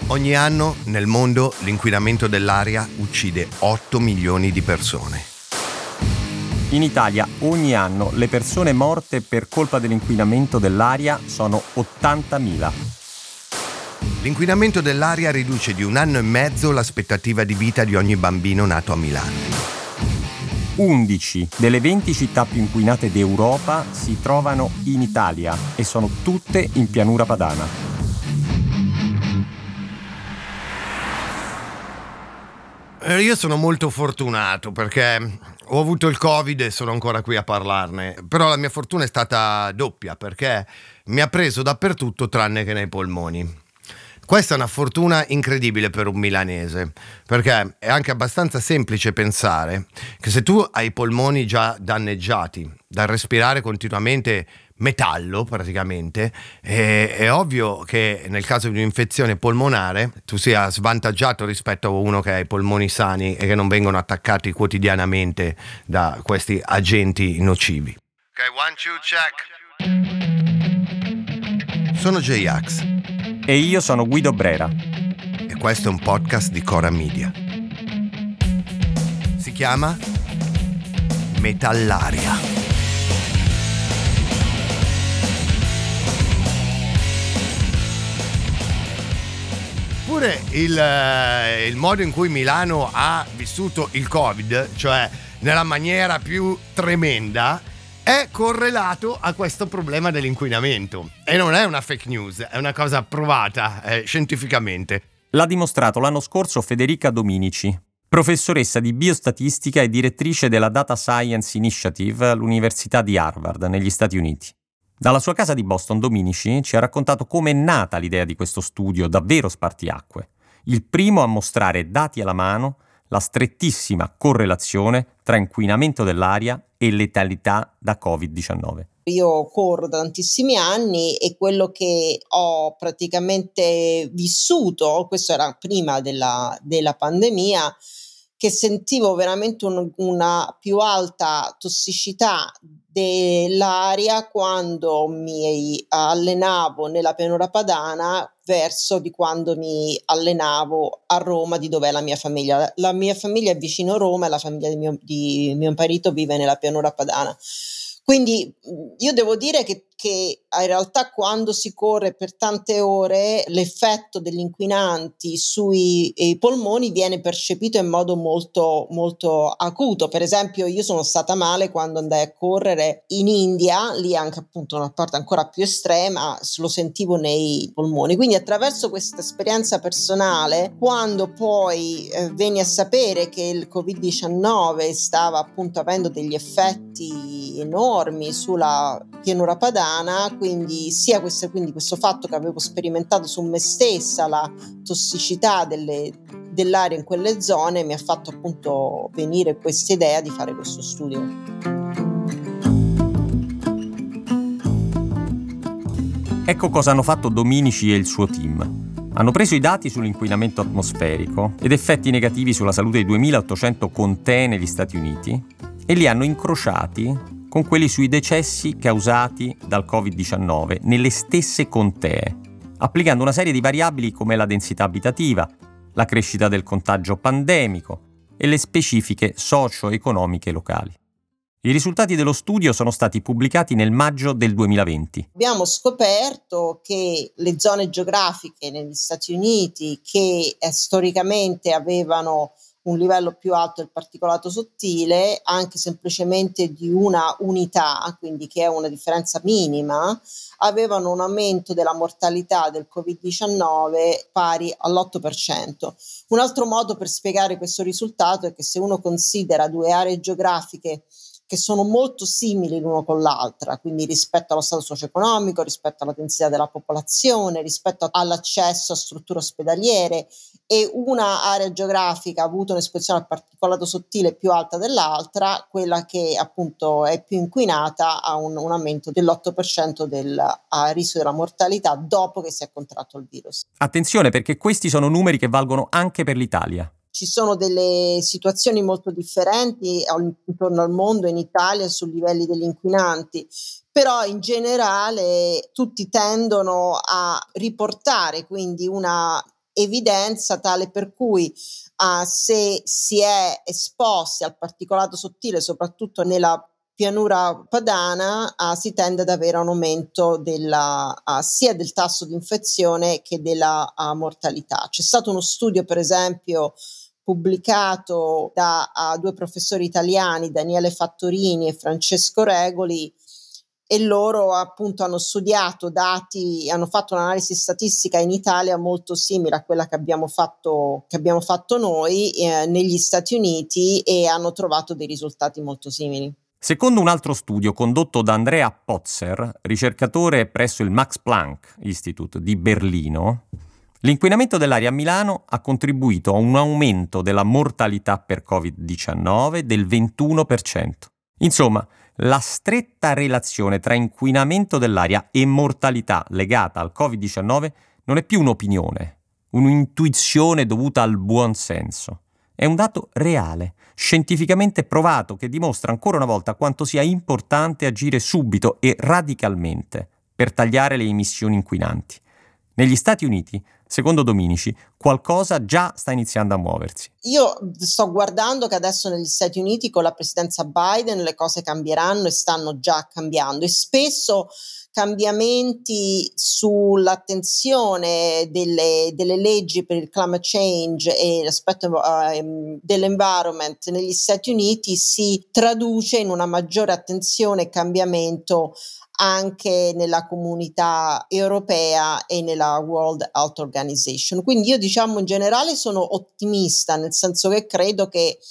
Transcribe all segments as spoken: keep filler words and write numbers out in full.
Ogni anno nel mondo l'inquinamento dell'aria uccide otto milioni di persone. In Italia ogni anno le persone morte per colpa dell'inquinamento dell'aria sono ottantamila. L'inquinamento dell'aria riduce di un anno e mezzo l'aspettativa di vita di ogni bambino nato a Milano. undici delle venti città più inquinate d'Europa si trovano in Italia e sono tutte in pianura padana. Io sono molto fortunato perché ho avuto il Covid e sono ancora qui a parlarne, però la mia fortuna è stata doppia perché mi ha preso dappertutto tranne che nei polmoni. Questa è una fortuna incredibile per un milanese, perché è anche abbastanza semplice pensare che se tu hai i polmoni già danneggiati dal respirare continuamente metallo praticamente, è, è ovvio che nel caso di un'infezione polmonare tu sia svantaggiato rispetto a uno che ha i polmoni sani e che non vengono attaccati quotidianamente da questi agenti nocivi. Ok, one, two, check. Sono J-Ax. E io sono Guido Brera. E questo è un podcast di Cora Media. Si chiama Metallaria. Pure il, il modo in cui Milano ha vissuto il Covid, cioè nella maniera più tremenda, è correlato a questo problema dell'inquinamento. E non è una fake news, è una cosa provata eh, scientificamente. L'ha dimostrato l'anno scorso Federica Dominici, professoressa di biostatistica e direttrice della Data Science Initiative all'Università di Harvard, negli Stati Uniti. Dalla sua casa di Boston, Dominici ci ha raccontato come è nata l'idea di questo studio davvero spartiacque, il primo a mostrare dati alla mano la strettissima correlazione tra inquinamento dell'aria e letalità da covid diciannove. Io corro da tantissimi anni e quello che ho praticamente vissuto, questo era prima della, della pandemia, che sentivo veramente un, una più alta tossicità dell'aria quando mi allenavo nella pianura padana verso di quando mi allenavo a Roma, di dov'è la mia famiglia. La mia famiglia è vicino Roma e la famiglia di mio, di mio marito vive nella pianura padana. Quindi io devo dire che, che in realtà quando si corre per tante ore l'effetto degli inquinanti sui polmoni viene percepito in modo molto, molto acuto. Per esempio io sono stata male quando andai a correre in India, lì anche appunto una parte ancora più estrema, lo sentivo nei polmoni. Quindi attraverso questa esperienza personale, quando poi eh, venni a sapere che il covid diciannove stava appunto avendo degli effetti enormi sulla pianura padana, quindi sia questo, quindi questo fatto che avevo sperimentato su me stessa la tossicità delle, dell'aria in quelle zone mi ha fatto appunto venire questa idea di fare questo studio. Ecco cosa hanno fatto Dominici e il suo team. Hanno preso i dati sull'inquinamento atmosferico ed effetti negativi sulla salute di duemilaottocento contee negli Stati Uniti e li hanno incrociati con quelli sui decessi causati dal covid diciannove nelle stesse contee, applicando una serie di variabili come la densità abitativa, la crescita del contagio pandemico e le specifiche socio-economiche locali. I risultati dello studio sono stati pubblicati nel maggio del duemilaventi. Abbiamo scoperto che le zone geografiche negli Stati Uniti che eh, storicamente avevano un livello più alto del particolato sottile, anche semplicemente di una unità, quindi che è una differenza minima, avevano un aumento della mortalità del covid diciannove pari all'otto per cento. Un altro modo per spiegare questo risultato è che se uno considera due aree geografiche che sono molto simili l'uno con l'altra, quindi rispetto allo stato socio-economico, rispetto alla densità della popolazione, rispetto all'accesso a strutture ospedaliere, e una area geografica ha avuto un'esposizione al particolato sottile più alta dell'altra, quella che appunto è più inquinata ha un, un aumento dell'otto per cento del a rischio della mortalità dopo che si è contratto il virus. Attenzione, perché questi sono numeri che valgono anche per l'Italia. Ci sono delle situazioni molto differenti intorno al mondo, in Italia, sui livelli degli inquinanti, però in generale tutti tendono a riportare quindi una evidenza tale per cui uh, se si è esposti al particolato sottile, soprattutto nella pianura padana, uh, si tende ad avere un aumento della, uh, sia del tasso di infezione che della uh, mortalità. C'è stato uno studio, per esempio, pubblicato da uh, due professori italiani, Daniele Fattorini e Francesco Regoli, e loro appunto hanno studiato dati, hanno fatto un'analisi statistica in Italia molto simile a quella che abbiamo fatto, che abbiamo fatto noi eh, negli Stati Uniti, e hanno trovato dei risultati molto simili. Secondo un altro studio condotto da Andrea Potzer, ricercatore presso il Max Planck Institute di Berlino, l'inquinamento dell'aria a Milano ha contribuito a un aumento della mortalità per covid diciannove del ventuno per cento. Insomma, la stretta relazione tra inquinamento dell'aria e mortalità legata al covid diciannove non è più un'opinione, un'intuizione dovuta al buon senso. È un dato reale, scientificamente provato, che dimostra ancora una volta quanto sia importante agire subito e radicalmente per tagliare le emissioni inquinanti. Negli Stati Uniti, secondo Dominici, qualcosa già sta iniziando a muoversi. Io sto guardando che adesso negli Stati Uniti con la presidenza Biden le cose cambieranno e stanno già cambiando, e spesso cambiamenti sull'attenzione delle, delle leggi per il climate change e l'aspetto uh, dell'environment negli Stati Uniti si traduce in una maggiore attenzione e cambiamento anche nella comunità europea e nella World Health Organization. Quindi io, diciamo, in generale sono ottimista, nel senso che credo che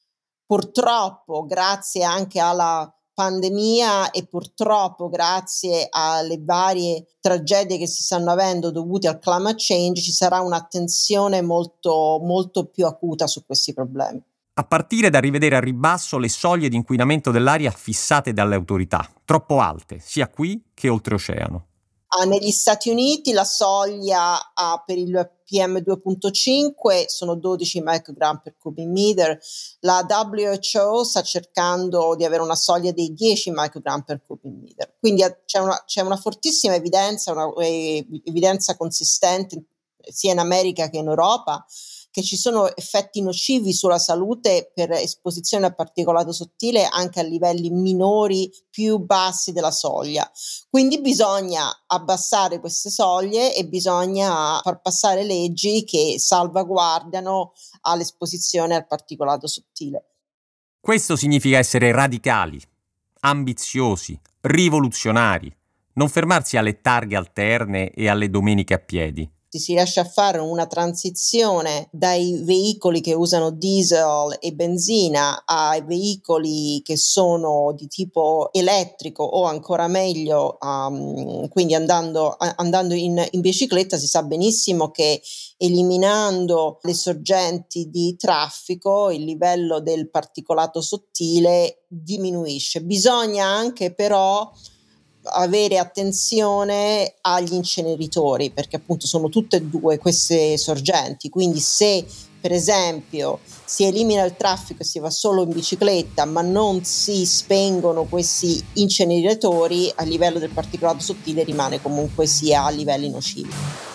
purtroppo, grazie anche alla pandemia e purtroppo grazie alle varie tragedie che si stanno avendo dovute al climate change, ci sarà un'attenzione molto, molto più acuta su questi problemi. A partire da rivedere a ribasso le soglie di inquinamento dell'aria fissate dalle autorità, troppo alte, sia qui che oltreoceano. Ah, negli Stati Uniti la soglia ah, per il P M due virgola cinque sono dodici microgram per cubic meter, la W H O sta cercando di avere una soglia dei dieci microgram per cubic meter, quindi c'è una, c'è una fortissima evidenza, una eh, evidenza consistente sia in America che in Europa, che ci sono effetti nocivi sulla salute per esposizione al particolato sottile anche a livelli minori più bassi della soglia. Quindi bisogna abbassare queste soglie e bisogna far passare leggi che salvaguardano all'esposizione al particolato sottile. Questo significa essere radicali, ambiziosi, rivoluzionari, non fermarsi alle targhe alterne e alle domeniche a piedi. Si riesce a fare una transizione dai veicoli che usano diesel e benzina ai veicoli che sono di tipo elettrico o ancora meglio, um, quindi andando, andando in, in bicicletta, si sa benissimo che eliminando le sorgenti di traffico il livello del particolato sottile diminuisce. Bisogna anche però avere attenzione agli inceneritori, perché appunto sono tutte e due queste sorgenti, quindi se per esempio si elimina il traffico e si va solo in bicicletta ma non si spengono questi inceneritori, a livello del particolato sottile rimane comunque sia a livelli nocivi.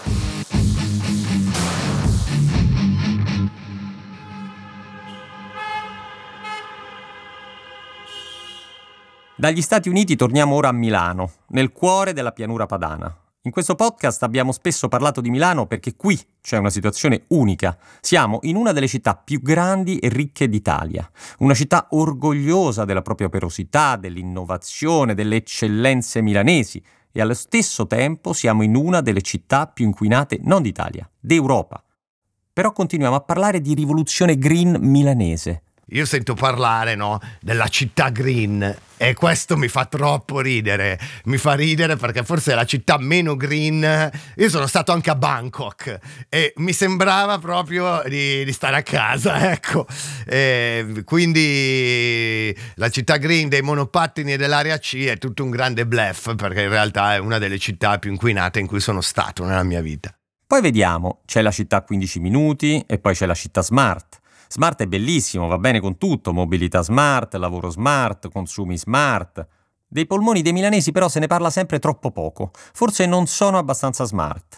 Dagli Stati Uniti torniamo ora a Milano, nel cuore della pianura padana. In questo podcast abbiamo spesso parlato di Milano perché qui c'è una situazione unica. Siamo in una delle città più grandi e ricche d'Italia, una città orgogliosa della propria operosità, dell'innovazione, delle eccellenze milanesi, e allo stesso tempo siamo in una delle città più inquinate non d'Italia, d'Europa. Però continuiamo a parlare di rivoluzione green milanese. Io sento parlare, no, della città green, e questo mi fa troppo ridere, mi fa ridere perché forse è la città meno green. Io sono stato anche a Bangkok e mi sembrava proprio di, di stare a casa, ecco. E quindi la città green dei monopattini e dell'area C è tutto un grande bluff, perché in realtà è una delle città più inquinate in cui sono stato nella mia vita. Poi vediamo, c'è la città a quindici minuti e poi c'è la città smart. Smart è bellissimo, va bene con tutto, mobilità smart, lavoro smart, consumi smart. Dei polmoni dei milanesi però se ne parla sempre troppo poco, forse non sono abbastanza smart.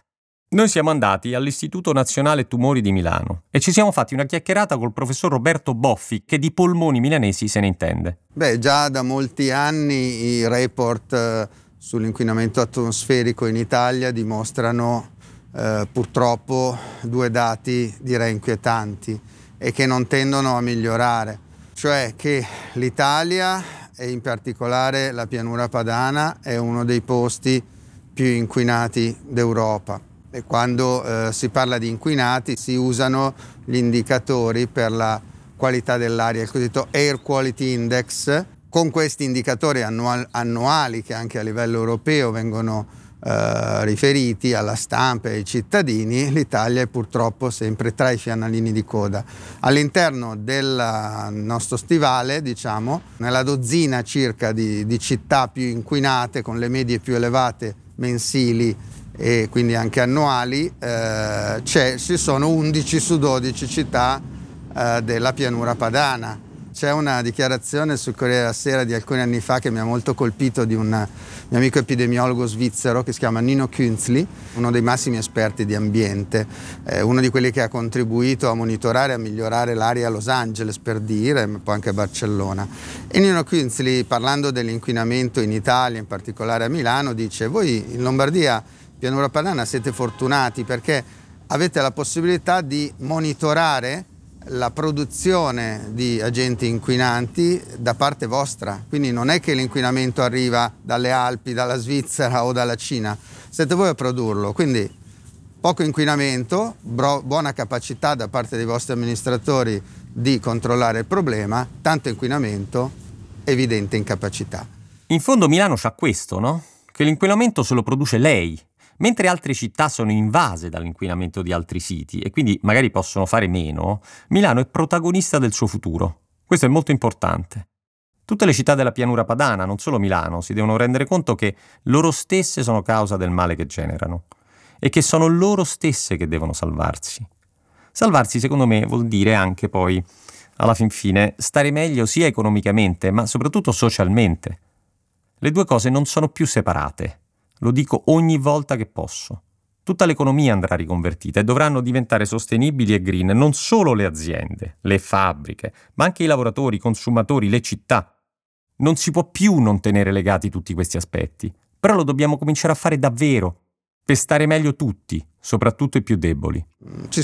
Noi siamo andati all'Istituto Nazionale Tumori di Milano e ci siamo fatti una chiacchierata col professor Roberto Boffi, che di polmoni milanesi se ne intende. Beh, già da molti anni i report eh, sull'inquinamento atmosferico in Italia dimostrano eh, purtroppo due dati direi inquietanti e che non tendono a migliorare, cioè che l'Italia e in particolare la pianura padana è uno dei posti più inquinati d'Europa. E quando eh, si parla di inquinati si usano gli indicatori per la qualità dell'aria, il cosiddetto Air Quality Index. Con questi indicatori annual- annuali che anche a livello europeo vengono eh, riferiti alla stampa e ai cittadini, l'Italia è purtroppo sempre tra i fanalini di coda. All'interno del nostro stivale, diciamo, nella dozzina circa di, di città più inquinate, con le medie più elevate mensili e quindi anche annuali, eh, c'è, ci sono undici su dodici città eh, della pianura padana. C'è una dichiarazione sul Corriere della Sera di alcuni anni fa che mi ha molto colpito, di un mio amico epidemiologo svizzero che si chiama Nino Künzli, uno dei massimi esperti di ambiente, eh, uno di quelli che ha contribuito a monitorare e a migliorare l'aria a Los Angeles, per dire, ma poi anche a Barcellona. E Nino Künzli, parlando dell'inquinamento in Italia, in particolare a Milano, dice: voi in Lombardia, pianura padana, siete fortunati perché avete la possibilità di monitorare la produzione di agenti inquinanti da parte vostra, quindi non è che l'inquinamento arriva dalle Alpi, dalla Svizzera o dalla Cina, siete voi a produrlo, quindi poco inquinamento, bro- buona capacità da parte dei vostri amministratori di controllare il problema, tanto inquinamento, evidente incapacità. In fondo Milano c'ha questo, no? Che l'inquinamento se lo produce lei. Mentre altre città sono invase dall'inquinamento di altri siti e quindi magari possono fare meno, Milano è protagonista del suo futuro. Questo è molto importante. Tutte le città della pianura padana, non solo Milano, si devono rendere conto che loro stesse sono causa del male che generano e che sono loro stesse che devono salvarsi. Salvarsi, secondo me, vuol dire anche poi, alla fin fine, stare meglio sia economicamente, ma soprattutto socialmente. Le due cose non sono più separate. Lo dico ogni volta che posso. Tutta l'economia andrà riconvertita e dovranno diventare sostenibili e green non solo le aziende, le fabbriche, ma anche i lavoratori, i consumatori, le città. Non si può più non tenere legati tutti questi aspetti, però lo dobbiamo cominciare a fare davvero, per stare meglio tutti, soprattutto i più deboli. Ci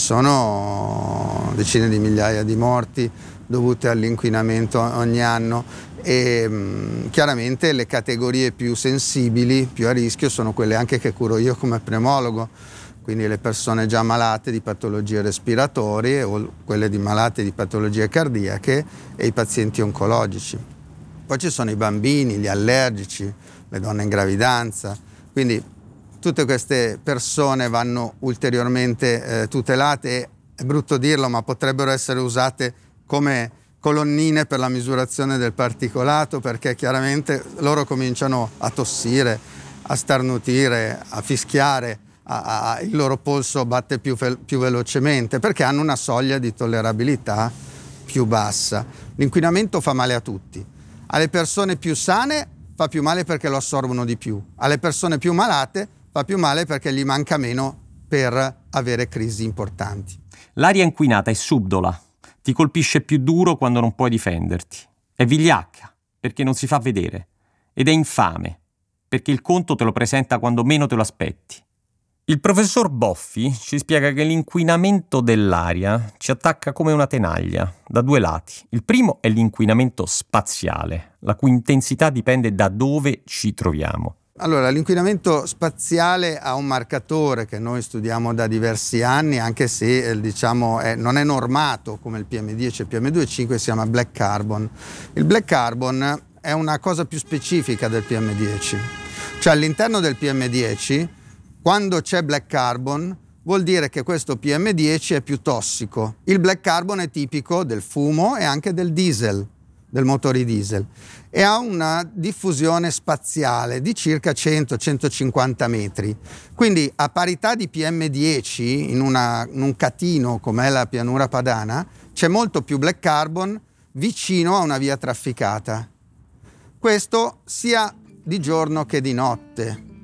sono decine di migliaia di morti dovute all'inquinamento ogni anno e mh, chiaramente le categorie più sensibili, più a rischio, sono quelle anche che curo io come pneumologo, quindi le persone già malate di patologie respiratorie o quelle di malate di patologie cardiache e i pazienti oncologici. Poi ci sono i bambini, gli allergici, le donne in gravidanza, quindi tutte queste persone vanno ulteriormente eh, tutelate. È brutto dirlo, ma potrebbero essere usate come colonnine per la misurazione del particolato, perché chiaramente loro cominciano a tossire, a starnutire, a fischiare, a, a, il loro polso batte più, più velocemente, perché hanno una soglia di tollerabilità più bassa. L'inquinamento fa male a tutti. Alle persone più sane fa più male perché lo assorbono di più. Alle persone più malate fa più male perché gli manca meno per avere crisi importanti. L'aria inquinata è subdola, ti colpisce più duro quando non puoi difenderti. È vigliacca, perché non si fa vedere. Ed è infame, perché il conto te lo presenta quando meno te lo aspetti. Il professor Boffi ci spiega che l'inquinamento dell'aria ci attacca come una tenaglia, da due lati. Il primo è l'inquinamento spaziale, la cui intensità dipende da dove ci troviamo. Allora, l'inquinamento spaziale ha un marcatore che noi studiamo da diversi anni, anche se eh, diciamo è, non è normato come il P M dieci e il P M due virgola cinque, si chiama black carbon. Il black carbon è una cosa più specifica del P M dieci, cioè all'interno del P M dieci, quando c'è black carbon, vuol dire che questo P M dieci è più tossico. Il black carbon è tipico del fumo e anche del diesel, del motori diesel, e ha una diffusione spaziale di circa cento centocinquanta metri. Quindi a parità di P M dieci in, una, in un catino come è la pianura padana, c'è molto più black carbon vicino a una via trafficata. Questo sia di giorno che di notte.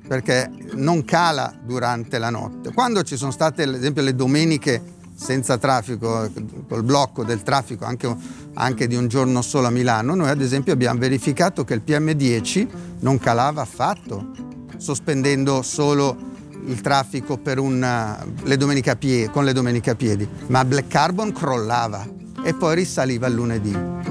perché non cala durante la notte. Quando ci sono state, ad esempio, le domeniche senza traffico, col blocco del traffico anche, anche di un giorno solo a Milano, noi ad esempio abbiamo verificato che il P M dieci non calava affatto, sospendendo solo il traffico per una, le domeniche a piedi, con le domeniche a piedi, ma Black Carbon crollava e poi risaliva il lunedì.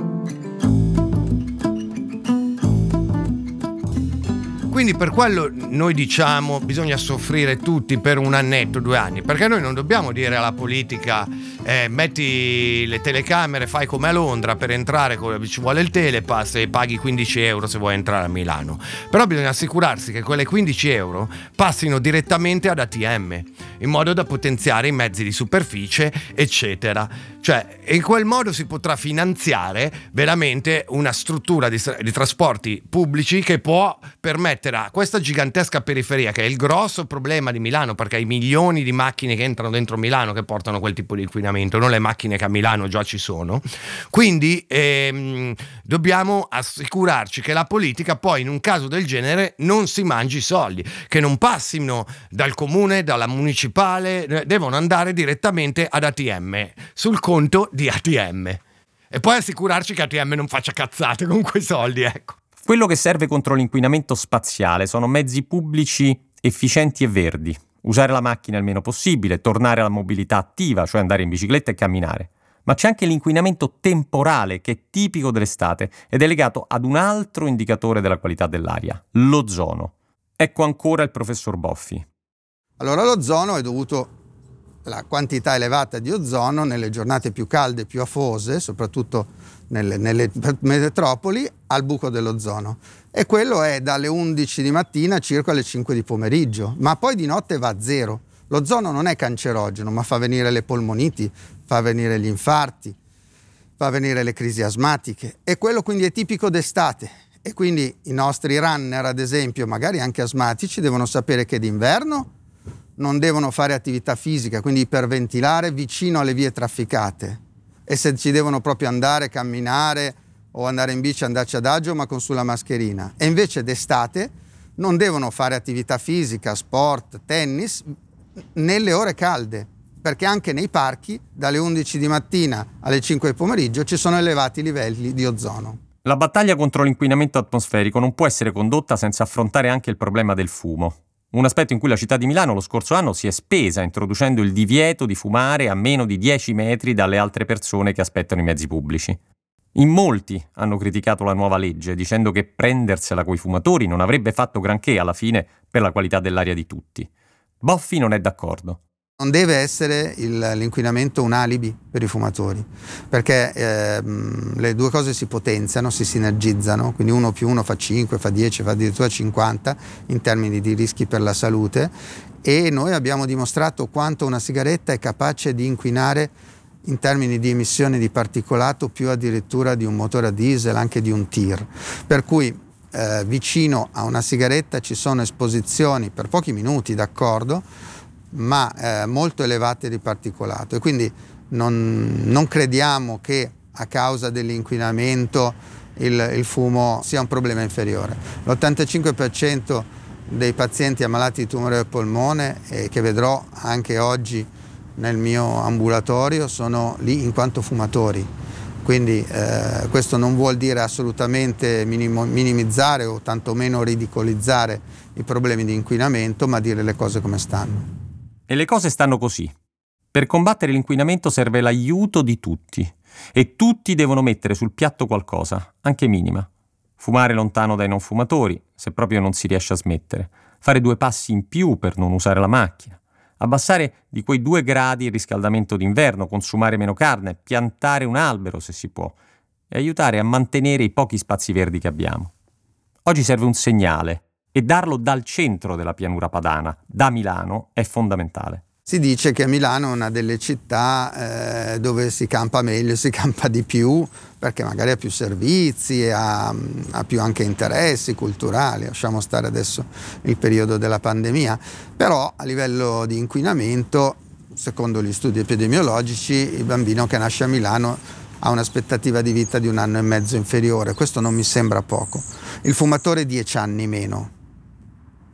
Quindi per quello noi diciamo bisogna soffrire tutti per un annetto, due anni, perché noi non dobbiamo dire alla politica eh, metti le telecamere, fai come a Londra per entrare, ci vuole il telepass e paghi quindici euro se vuoi entrare a Milano, però bisogna assicurarsi che quelle quindici euro passino direttamente ad A T M in modo da potenziare i mezzi di superficie eccetera, cioè in quel modo si potrà finanziare veramente una struttura di, di trasporti pubblici che può permettere a questa gigantesca periferia, che è il grosso problema di Milano, perché hai milioni di macchine che entrano dentro Milano che portano quel tipo di inquinamento, non le macchine che a Milano già ci sono. Quindi ehm, dobbiamo assicurarci che la politica poi in un caso del genere non si mangi i soldi, che non passino dal comune, dalla municipale, devono andare direttamente ad A T M, sul conto di A T M, e poi assicurarci che A T M non faccia cazzate con quei soldi, ecco. Quello che serve contro l'inquinamento spaziale sono mezzi pubblici efficienti e verdi, usare la macchina il meno possibile, tornare alla mobilità attiva, cioè andare in bicicletta e camminare. Ma c'è anche l'inquinamento temporale, che è tipico dell'estate ed è legato ad un altro indicatore della qualità dell'aria, l'ozono. Ecco ancora il professor Boffi. Allora l'ozono è dovuto, la quantità elevata di ozono nelle giornate più calde, più afose, soprattutto nelle, nelle metropoli, al buco dell'ozono, e quello è dalle undici di mattina circa alle cinque di pomeriggio, ma poi di notte va a zero. L'ozono non è cancerogeno, ma fa venire le polmoniti, fa venire gli infarti, fa venire le crisi asmatiche, e quello quindi è tipico d'estate, e quindi i nostri runner, ad esempio, magari anche asmatici, devono sapere che d'inverno non devono fare attività fisica, quindi iperventilare vicino alle vie trafficate, e se ci devono proprio andare, camminare o andare in bici, andarci adagio, ma con sulla mascherina. E invece d'estate non devono fare attività fisica, sport, tennis nelle ore calde, perché anche nei parchi dalle undici di mattina alle cinque di pomeriggio ci sono elevati livelli di ozono. La battaglia contro l'inquinamento atmosferico non può essere condotta senza affrontare anche il problema del fumo. Un aspetto in cui la città di Milano lo scorso anno si è spesa introducendo il divieto di fumare a meno di dieci metri dalle altre persone che aspettano i mezzi pubblici. In molti hanno criticato la nuova legge, dicendo che prendersela coi fumatori non avrebbe fatto granché alla fine per la qualità dell'aria di tutti. Boffi non è d'accordo. Non deve essere il, l'inquinamento un alibi per i fumatori, perché eh, le due cose si potenziano, si sinergizzano, quindi uno più uno fa cinque, fa dieci, fa addirittura cinquanta in termini di rischi per la salute, e noi abbiamo dimostrato quanto una sigaretta è capace di inquinare in termini di emissioni di particolato più addirittura di un motore a diesel, anche di un tir. Per cui eh, vicino a una sigaretta ci sono esposizioni per pochi minuti, d'accordo, ma eh, molto elevate di particolato, e quindi non, non crediamo che a causa dell'inquinamento il, il fumo sia un problema inferiore. L'ottantacinque per cento dei pazienti ammalati di tumore del polmone, e che vedrò anche oggi nel mio ambulatorio, sono lì in quanto fumatori, quindi eh, questo non vuol dire assolutamente minimo, minimizzare o tantomeno ridicolizzare i problemi di inquinamento, ma dire le cose come stanno. E le cose stanno così. Per combattere l'inquinamento serve l'aiuto di tutti, e tutti devono mettere sul piatto qualcosa, anche minima. Fumare lontano dai non fumatori, se proprio non si riesce a smettere. Fare due passi in più per non usare la macchina. Abbassare di quei due gradi il riscaldamento d'inverno, consumare meno carne, piantare un albero se si può, e aiutare a mantenere i pochi spazi verdi che abbiamo. Oggi serve un segnale, e darlo dal centro della pianura padana, da Milano, è fondamentale. Si dice che Milano è una delle città eh, dove si campa meglio, si campa di più, perché magari ha più servizi, ha, ha più anche interessi culturali, lasciamo stare adesso il periodo della pandemia, però a livello di inquinamento, secondo gli studi epidemiologici, il bambino che nasce a Milano ha un'aspettativa di vita di un anno e mezzo inferiore. Questo non mi sembra poco. Il fumatore dieci anni meno,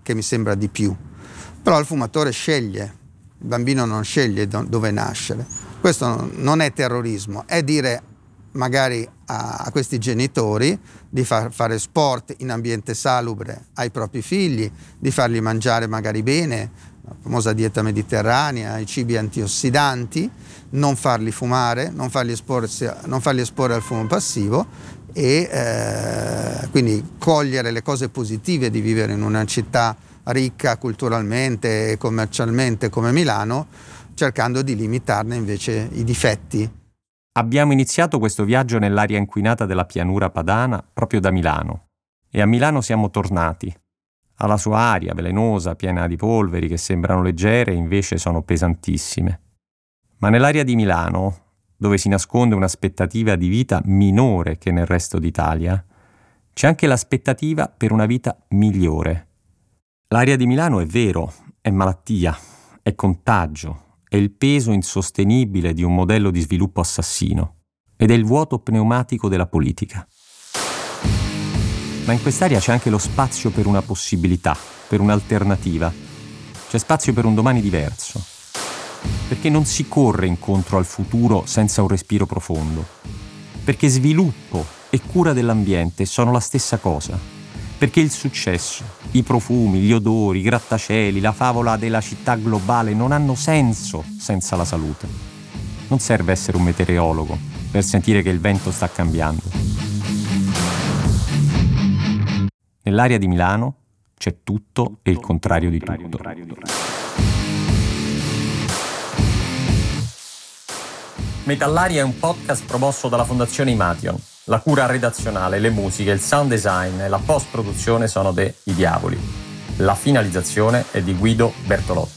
che mi sembra di più. Però il fumatore sceglie, il bambino non sceglie do- dove nascere. Questo non è terrorismo, è dire magari a, a questi genitori di far fare sport in ambiente salubre ai propri figli, di farli mangiare magari bene, la famosa dieta mediterranea, i cibi antiossidanti, non farli fumare, non farli, esporsi, non farli esporre al fumo passivo e eh, quindi cogliere le cose positive di vivere in una città ricca culturalmente e commercialmente come Milano, cercando di limitarne invece i difetti. Abbiamo iniziato questo viaggio nell'aria inquinata della pianura padana proprio da Milano e a Milano siamo tornati. Alla sua aria velenosa, piena di polveri che sembrano leggere e invece sono pesantissime. Ma nell'aria di Milano, dove si nasconde un'aspettativa di vita minore che nel resto d'Italia, c'è anche l'aspettativa per una vita migliore. L'aria di Milano è vero, è malattia, è contagio, è il peso insostenibile di un modello di sviluppo assassino ed è il vuoto pneumatico della politica. Ma in quest'area c'è anche lo spazio per una possibilità, per un'alternativa. C'è spazio per un domani diverso. Perché non si corre incontro al futuro senza un respiro profondo. Perché sviluppo e cura dell'ambiente sono la stessa cosa. Perché il successo, i profumi, gli odori, i grattacieli, la favola della città globale non hanno senso senza la salute. Non serve essere un meteorologo per sentire che il vento sta cambiando. Nell'aria di Milano c'è tutto e il contrario di tutto. Metallaria è un podcast promosso dalla Fondazione Imation. La cura redazionale, le musiche, il sound design e la post-produzione sono de I Diavoli. La finalizzazione è di Guido Bertolotti.